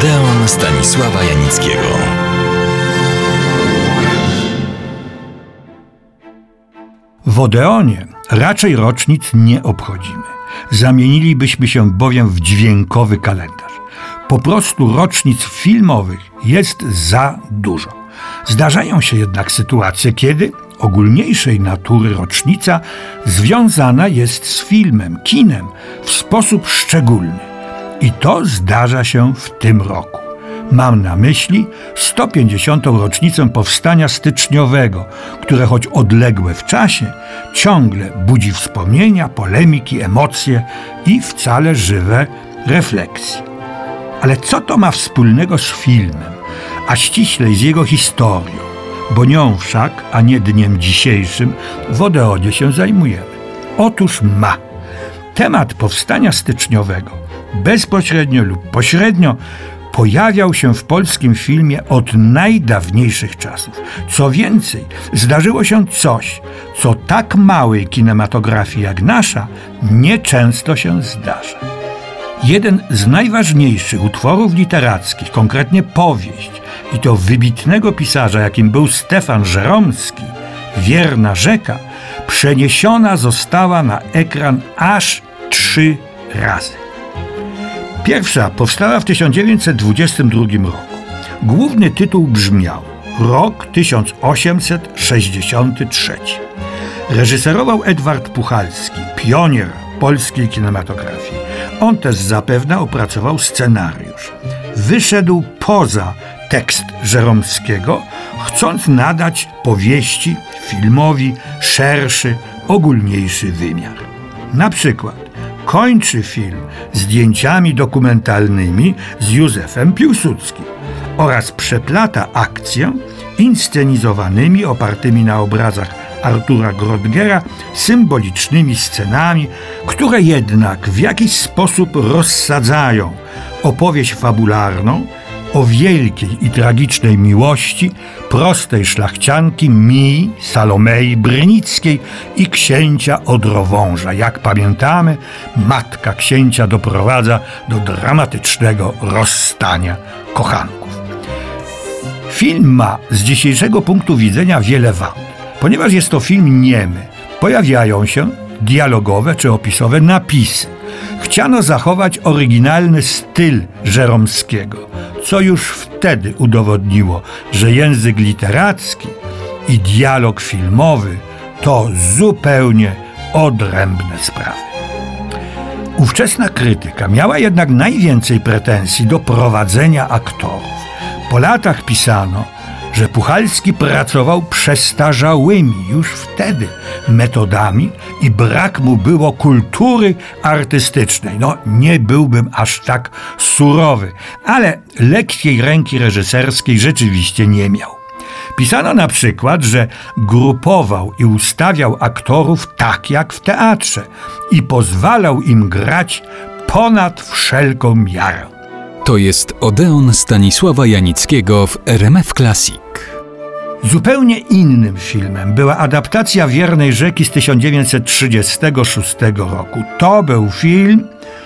Odeon Stanisława Janickiego. W Odeonie raczej rocznic nie obchodzimy. Zamienilibyśmy się bowiem w dźwiękowy kalendarz. Po prostu rocznic filmowych jest za dużo. Zdarzają się jednak sytuacje, kiedy ogólniejszej natury rocznica związana jest z filmem, kinem w sposób szczególny. I to zdarza się w tym roku. Mam na myśli 150. rocznicę powstania styczniowego, które choć odległe w czasie, ciągle budzi wspomnienia, polemiki, emocje i wcale żywe refleksje. Ale co to ma wspólnego z filmem, a ściślej z jego historią? Bo nią wszak, a nie dniem dzisiejszym, w Odeonie się zajmujemy. Otóż ma. Temat powstania styczniowego bezpośrednio lub pośrednio pojawiał się w polskim filmie od najdawniejszych czasów. Co więcej, zdarzyło się coś, co tak małej kinematografii jak nasza nieczęsto się zdarza. Jeden z najważniejszych utworów literackich, konkretnie powieść, i to wybitnego pisarza, jakim był Stefan Żeromski, Wierna rzeka, przeniesiona została na ekran aż 3 razy. Pierwsza powstała w 1922 roku. Główny tytuł brzmiał Rok 1863. Reżyserował Edward Puchalski, pionier polskiej kinematografii. On też zapewne opracował scenariusz. Wyszedł poza tekst Żeromskiego, chcąc nadać powieści, filmowi szerszy, ogólniejszy wymiar. Na przykład kończy film zdjęciami dokumentalnymi z Józefem Piłsudskim oraz przeplata akcję inscenizowanymi, opartymi na obrazach Artura Grottgera, symbolicznymi scenami, które jednak w jakiś sposób rozsadzają opowieść fabularną o wielkiej i tragicznej miłości prostej szlachcianki Mii Salomei Brynickiej i księcia Odrowąża. Jak pamiętamy, matka księcia doprowadza do dramatycznego rozstania kochanków. Film ma z dzisiejszego punktu widzenia wiele wad. Ponieważ jest to film niemy, pojawiają się dialogowe czy opisowe napisy. Chciano zachować oryginalny styl Żeromskiego, co już wtedy udowodniło, że język literacki i dialog filmowy to zupełnie odrębne sprawy. Ówczesna krytyka miała jednak najwięcej pretensji do prowadzenia aktorów. Po latach pisano, że Puchalski pracował przestarzałymi już wtedy metodami i brak mu było kultury artystycznej. Nie byłbym aż tak surowy, ale lekkiej ręki reżyserskiej rzeczywiście nie miał. Pisano na przykład, że grupował i ustawiał aktorów tak jak w teatrze i pozwalał im grać ponad wszelką miarę. To jest Odeon Stanisława Janickiego w RMF Classic. Zupełnie innym filmem była adaptacja Wiernej rzeki z 1936 roku. To był film,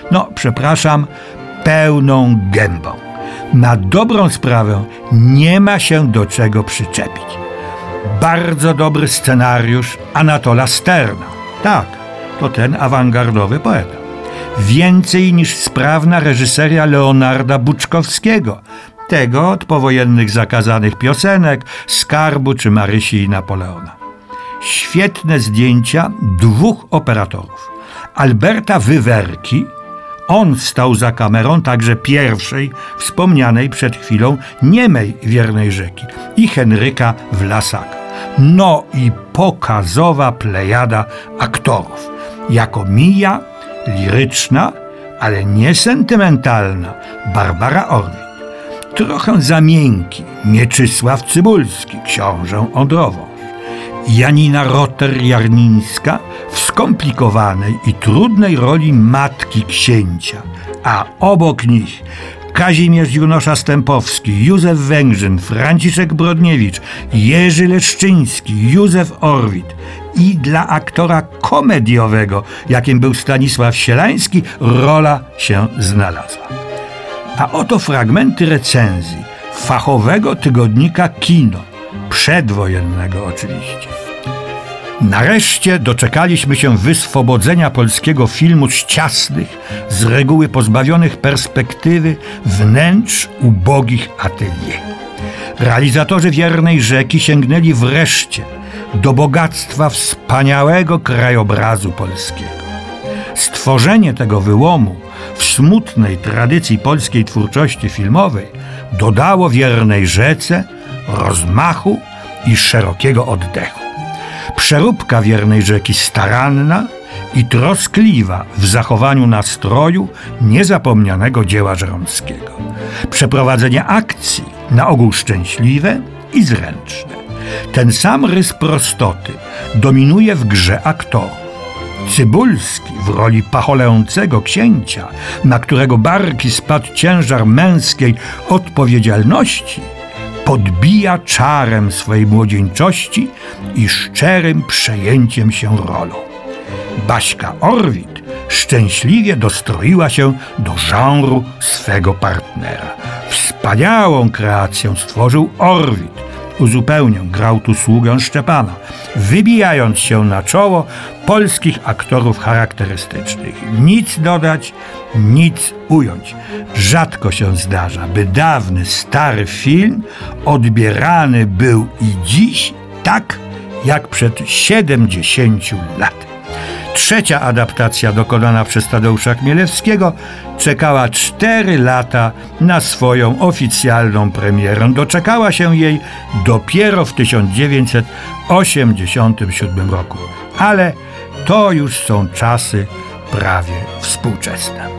pełną gębą. Na dobrą sprawę nie ma się do czego przyczepić. Bardzo dobry scenariusz Anatola Sterna. Tak, to ten awangardowy poeta. Więcej niż sprawna reżyseria Leonarda Buczkowskiego, tego od powojennych zakazanych piosenek, Skarbu czy Marysi i Napoleona. Świetne zdjęcia 2 operatorów. Alberta Wywerki, on stał za kamerą także pierwszej, wspomnianej przed chwilą niemej Wiernej rzeki, i Henryka Wlasaka. I pokazowa plejada aktorów. Jako Mija, liryczna, ale nie sentymentalna Barbara Orwit. Trochę za miękki Mieczysław Cybulski, książę Odrowąż. Janina Rotter-Jarnińska w skomplikowanej i trudnej roli matki księcia, a obok nich Kazimierz Junosza-Stępowski, Józef Węgrzyn, Franciszek Brodniewicz, Jerzy Leszczyński, Józef Orwit. I dla aktora komediowego, jakim był Stanisław Sielański, rola się znalazła. A oto fragmenty recenzji fachowego tygodnika Kino, przedwojennego oczywiście. Nareszcie doczekaliśmy się wyswobodzenia polskiego filmu z ciasnych, z reguły pozbawionych perspektywy wnętrz ubogich atelier. Realizatorzy Wiernej Rzeki sięgnęli wreszcie do bogactwa wspaniałego krajobrazu polskiego. Stworzenie tego wyłomu w smutnej tradycji polskiej twórczości filmowej dodało Wiernej Rzece rozmachu i szerokiego oddechu. Przeróbka Wiernej Rzeki staranna i troskliwa w zachowaniu nastroju niezapomnianego dzieła Żeromskiego. Przeprowadzenie akcji na ogół szczęśliwe i zręczne. Ten sam rys prostoty dominuje w grze aktorów. Cybulski w roli pacholęcego księcia, na którego barki spadł ciężar męskiej odpowiedzialności, podbija czarem swojej młodzieńczości i szczerym przejęciem się rolą. Baśka Orwit szczęśliwie dostroiła się do żanru swego partnera. Wspaniałą kreację stworzył Orwit. Uzupełnię, grał tu sługę Szczepana, wybijając się na czoło polskich aktorów charakterystycznych. Nic dodać, nic ująć. Rzadko się zdarza, by dawny, stary film odbierany był i dziś tak, jak przed 70 lat. Trzecia adaptacja dokonana przez Tadeusza Chmielewskiego czekała 4 lata na swoją oficjalną premierę. Doczekała się jej dopiero w 1987 roku. Ale to już są czasy prawie współczesne.